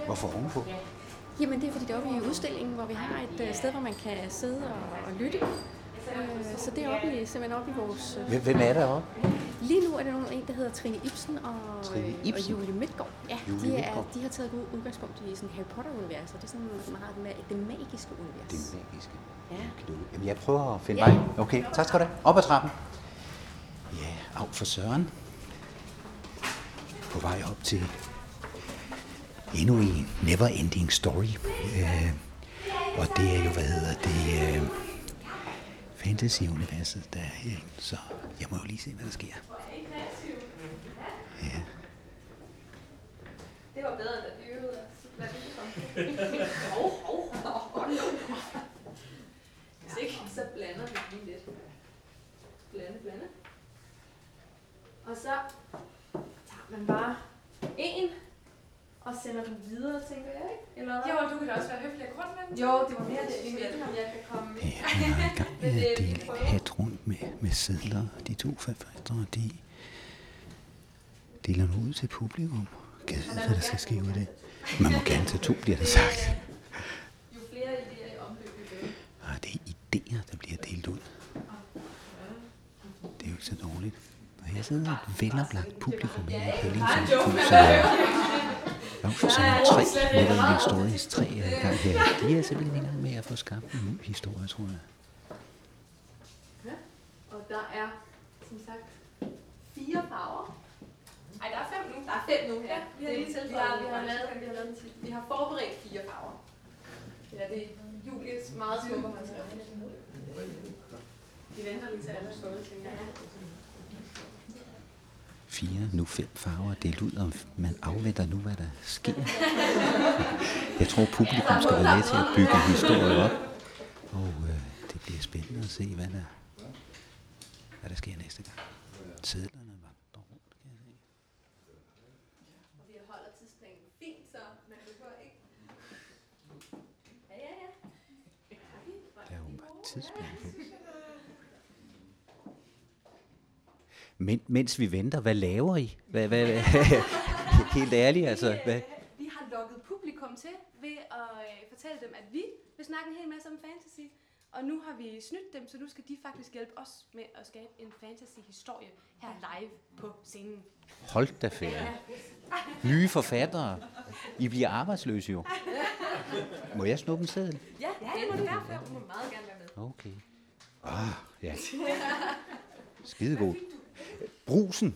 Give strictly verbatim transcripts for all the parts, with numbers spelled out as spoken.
Hvorfor ovenpå? Jamen det er fordi, det er oppe i udstillingen, hvor vi har et uh, sted, hvor man kan sidde og, og lytte. Uh, så det er oppe i, simpelthen oppe i vores... Uh, Hvem er der oppe? Lige nu er der nogen, en, der hedder Trine Ibsen og, Trine Ibsen? og Julie Midtgaard. Ja, Julie de, Midtgaard. er, de har taget god udgangspunkt i sådan Harry Potter-univers, og det er sådan meget med det magiske univers. Det magiske. Ja. Jamen jeg prøver at finde Ja. vej. Okay, tak skal du have. Op ad trappen. Ja, af for Søren. På vej op til endnu en never ending story. Øh, og det er jo, hvad hedder det, øh, fantasy-universet, der er herinde. Så jeg må jo lige se, hvad der sker. Ja. Det var bedre, da vi øvede os. Hov, hov, hov, Hvis ikke, så blander vi lige lidt. Blande, blande. Og så tager man bare en og sender den videre, tænker jeg, ikke? Eller Jo, du kan da også være høflig og grund med den. Jo, det var mere det, i midten, om jeg kan komme med. Ja, jeg er i gang med at dele en hat rundt med, med sedler. De to forfattere, de deler nu ud til publikum. Kan jeg vide, hvad der skal ske ud af det? Man må gerne tage to, bliver der sagt. Jo flere idéer i omløb, jo bedre. Ah, det er idéer, der bliver delt ud. Det er jo ikke så dårligt. Og her sidder et veloplagt publikum her i Hellingsø. Ja, for sådan tre Neverending Stories, tre er i gang her. De er simpelthen i gang med at få skabt en ny historie, tror jeg. Ja, og der er, som sagt, fire farver. Ej, der er fem nu. Der er fem nu her. Ja, vi har lige vi tilføjet har, vi nogle har, orange. lavet, vi har, lavet, en- vi har forberedt fire farver. Ja, det er Julies meget smukke håndskrift. Vi venter lige til alle skåle, tænker jeg. Fire, nu fem farver delt ud, og man afventer nu, hvad der sker. Jeg tror, publikum skal være med til at bygge en historie op. Og øh, det bliver spændende at se, hvad der, hvad der sker næste gang. Sedlerne vandrer rundt, kan jeg se. Og vi holder tidsplanen fint, så man behøver ikke... Ja, ja, ja. Der er jo bare tidsplan på. Men, mens vi venter, hvad laver I? Hvad, hvad, helt ærligt, altså. Hvad? Vi har lukket publikum til ved at øh, fortælle dem, at vi vil snakke en hel masse om fantasy. Og nu har vi snydt dem, så nu skal de faktisk hjælpe os med at skabe en fantasy-historie her live på scenen. Hold da ferie. Nye forfattere. I bliver arbejdsløse jo. Må jeg snuppe en seddel? Ja, det må du gerne få. Du må meget gerne være med. Okay. Ah, ja. Skidegod. Brusen.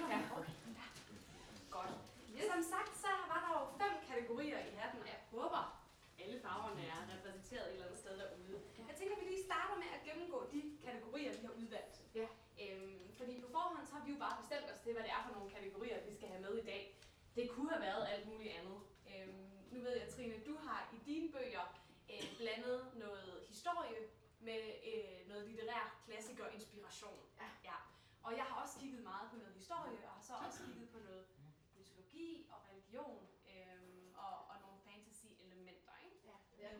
Godt. Som sagt, så var der jo fem kategorier i hatten, og jeg håber, alle farverne er repræsenteret et eller andet sted derude. Jeg tænker, at vi lige starter med at gennemgå de kategorier, vi har udvalgt. Ja. Øhm, fordi på forhånd, så har vi jo bare bestemt os til, hvad det er for nogle kategorier, vi skal have med i dag. Det kunne have været alt muligt andet. Øhm, nu ved jeg, Trine, du har i dine bøger øh, blandet noget historie med øh, noget litterær klassiker-inspiration. Ja. Ja. Og jeg har også kigget meget på noget historie, og har så også kigget på noget mytologi og religion øhm, og, og nogle fantasy-elementer. Ikke? Ja.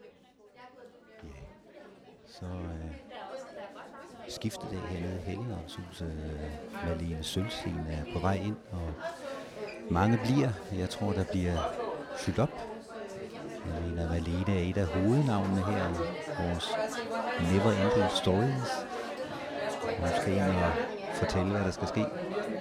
Så øh, skiftedag hernede i Helligåndshuset. Øh, Malene Sølvsten er på vej ind, og mange bliver. Jeg tror, der bliver fyldt op. Malene Malene er et af hovednavnene her i vores Never Ending Stories. Hun skal ind og fortælle, hvad der skal ske.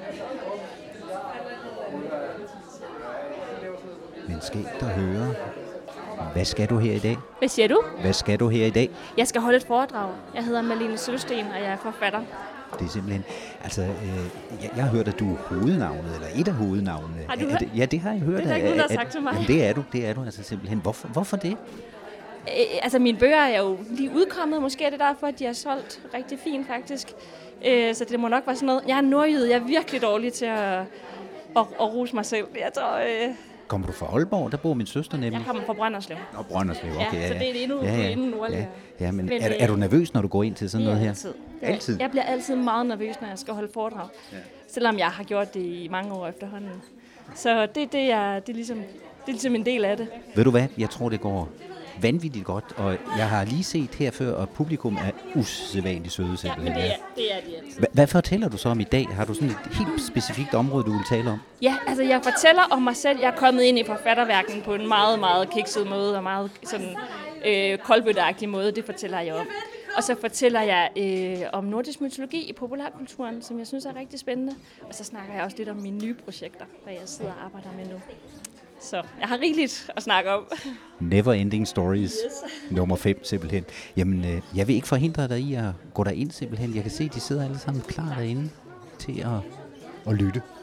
Men skægt at høre. Hvad skal du her i dag? Hvad siger du? Hvad skal du her i dag? Jeg skal holde et foredrag. Jeg hedder Malene Sølvsten, og jeg er forfatter. Det er simpelthen, altså, øh, jeg, jeg har hørt, at du er hovednavnet, eller et af hovednavnene. Har du Er hørt? det, ja, det har jeg hørt. Det er der ikke nogen, der har at- sagt til mig. Jamen, det er du, det er du altså simpelthen. Hvorfor, hvorfor det? Øh, altså, mine bøger er jo lige udkommet. Måske er det derfor, at de har solgt rigtig fint, faktisk. Øh, så det må nok være sådan noget. Jeg er nordjyde. Jeg er virkelig dårlig til at, at, at rose mig selv. Jeg tror... Øh, Kommer du fra Aalborg? Der bor min søster nemlig. jeg kommer fra Brønderslev. Nå, Brønderslev, okay. Ja, så det er endnu, ja, ja. endnu nordligere. Ja, ja, men, Men, er, øh, er du nervøs, når du går ind til sådan Det er noget her? altid. Altid? Jeg, jeg bliver altid meget nervøs, når jeg skal holde foredrag. Ja. Selvom jeg har gjort det i mange år efterhånden. Så det, det, er, det, er ligesom, det er ligesom en del af det. Ved du hvad? Jeg tror, det går vanvittigt godt, og jeg har lige set her før, at publikum er usædvanligt søde Ja, simpelthen. men det er, det er de altid. Hva- Hvad fortæller du så om i dag? Har du sådan et helt specifikt område, du vil tale om? Ja, altså jeg fortæller om mig selv. Jeg er kommet ind i forfatterværken på en meget, meget kikset måde, og meget sådan øh, koldbøtteagtig måde. Det fortæller jeg om. Og så fortæller jeg øh, om nordisk mytologi i populærkulturen, som jeg synes er rigtig spændende. Og så snakker jeg også lidt om mine nye projekter, hvad jeg sidder og arbejder med nu. Så jeg har rigeligt at snakke om. Never Ending Stories, Yes. nummer fem simpelthen. Jamen, øh, jeg vil ikke forhindre dig i at gå derind simpelthen. Jeg kan se, at de sidder alle sammen klar derinde til at, at lytte.